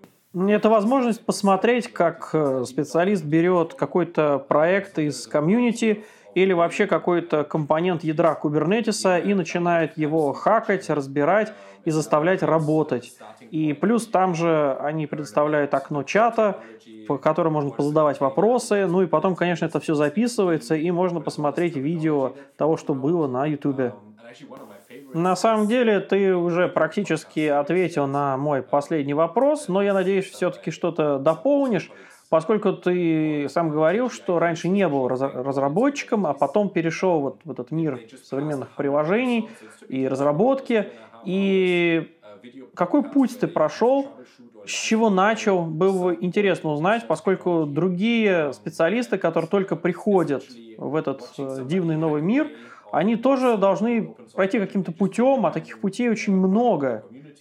Это возможность посмотреть, как специалист берет какой-то проект из комьюнити или вообще какой-то компонент ядра Kubernetes и начинает его хакать, разбирать и заставлять работать. И плюс там же они предоставляют окно чата, по которому можно позадавать вопросы. Ну и потом, конечно, это все записывается, и можно посмотреть видео того, что было на YouTube. На самом деле, ты уже практически ответил на мой последний вопрос, но я надеюсь, все-таки что-то дополнишь, поскольку ты сам говорил, что раньше не был разработчиком, а потом перешел вот в этот мир современных приложений и разработки. И какой путь ты прошел, с чего начал, было бы интересно узнать, поскольку другие специалисты, которые только приходят в этот дивный новый мир, они тоже должны пройти каким-то путем, а таких путей очень много.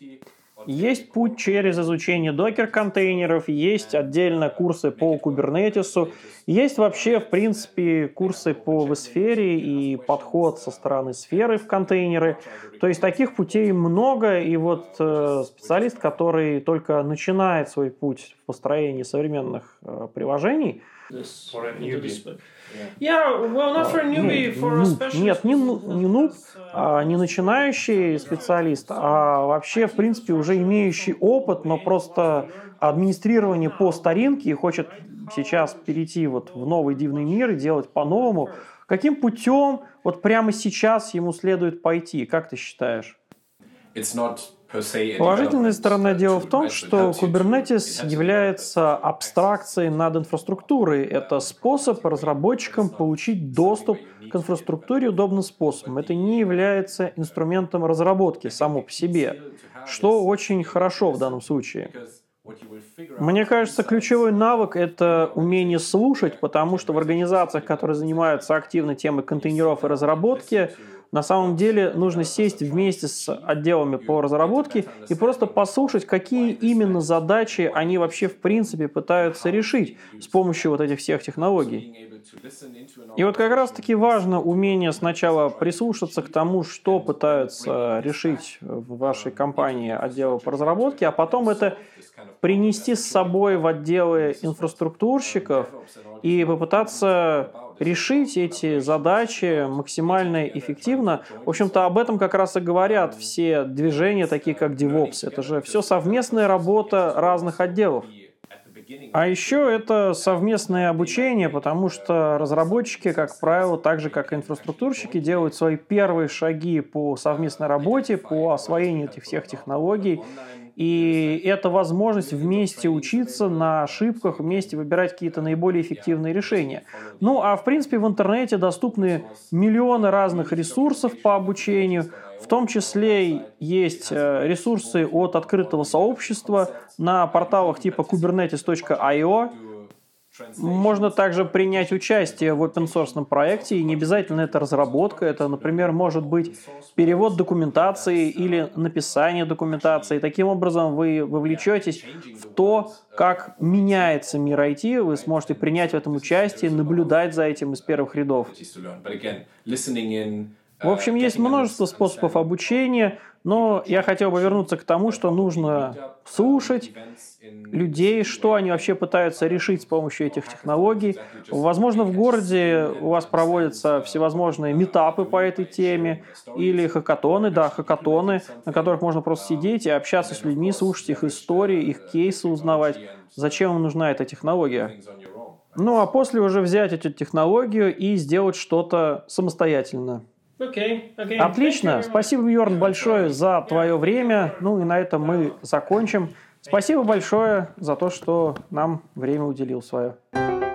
Есть путь через изучение докер-контейнеров, есть отдельно курсы по Kubernetes, есть вообще, в принципе, курсы по vSphere и подход со стороны сферы в контейнеры. То есть таких путей много, и вот э, специалист, который только начинает свой путь в построении современных э, приложений, Yeah, well, not for a newbie, for a specialist. Нет, не, не нуб, а не начинающий специалист, а вообще, в принципе, уже имеющий опыт, но просто администрирование по старинке и хочет сейчас перейти вот в новый дивный мир и делать по-новому. Каким путем вот прямо сейчас ему следует пойти? Как ты считаешь? It's not Положительная сторона дела в том, что Kubernetes является абстракцией над инфраструктурой. Это способ разработчикам получить доступ к инфраструктуре удобным способом. Это не является инструментом разработки само по себе, что очень хорошо в данном случае. Мне кажется, ключевой навык – это умение слушать, потому что в организациях, которые занимаются активно темой контейнеров и разработки, на самом деле нужно сесть вместе с отделами по разработке и просто послушать, какие именно задачи они вообще в принципе пытаются решить с помощью вот этих всех технологий. И вот как раз-таки важно умение сначала прислушаться к тому, что пытаются решить в вашей компании отделы по разработке, а потом это принести с собой в отделы инфраструктурщиков и попытаться решить эти задачи максимально эффективно. В общем-то, об этом как раз и говорят все движения, такие как DevOps. Это же все совместная работа разных отделов. А еще это совместное обучение, потому что разработчики, как правило, так же как и инфраструктурщики, делают свои первые шаги по совместной работе, по освоению этих всех технологий. И это возможность вместе учиться на ошибках, вместе выбирать какие-то наиболее эффективные решения. Ну, а в принципе в интернете доступны миллионы разных ресурсов по обучению. В том числе есть ресурсы от открытого сообщества на порталах типа kubernetes точка ай о. Можно также принять участие в open-source проекте, и не обязательно это разработка, это, например, может быть перевод документации или написание документации. Таким образом, вы вовлечетесь в то, как меняется мир ай ти, вы сможете принять в этом участие, наблюдать за этим из первых рядов. В общем, есть множество способов обучения, но я хотел бы вернуться к тому, что нужно слушать людей, что они вообще пытаются решить с помощью этих технологий. Возможно, в городе у вас проводятся всевозможные митапы по этой теме или хакатоны, да, хакатоны, на которых можно просто сидеть и общаться с людьми, слушать их истории, их кейсы узнавать, зачем им нужна эта технология. Ну, а после уже взять эту технологию и сделать что-то самостоятельно. Okay, okay. Отлично. Спасибо, Йорн, большое за твое время. Ну и на этом мы закончим. Спасибо большое за то, что нам время уделил свое.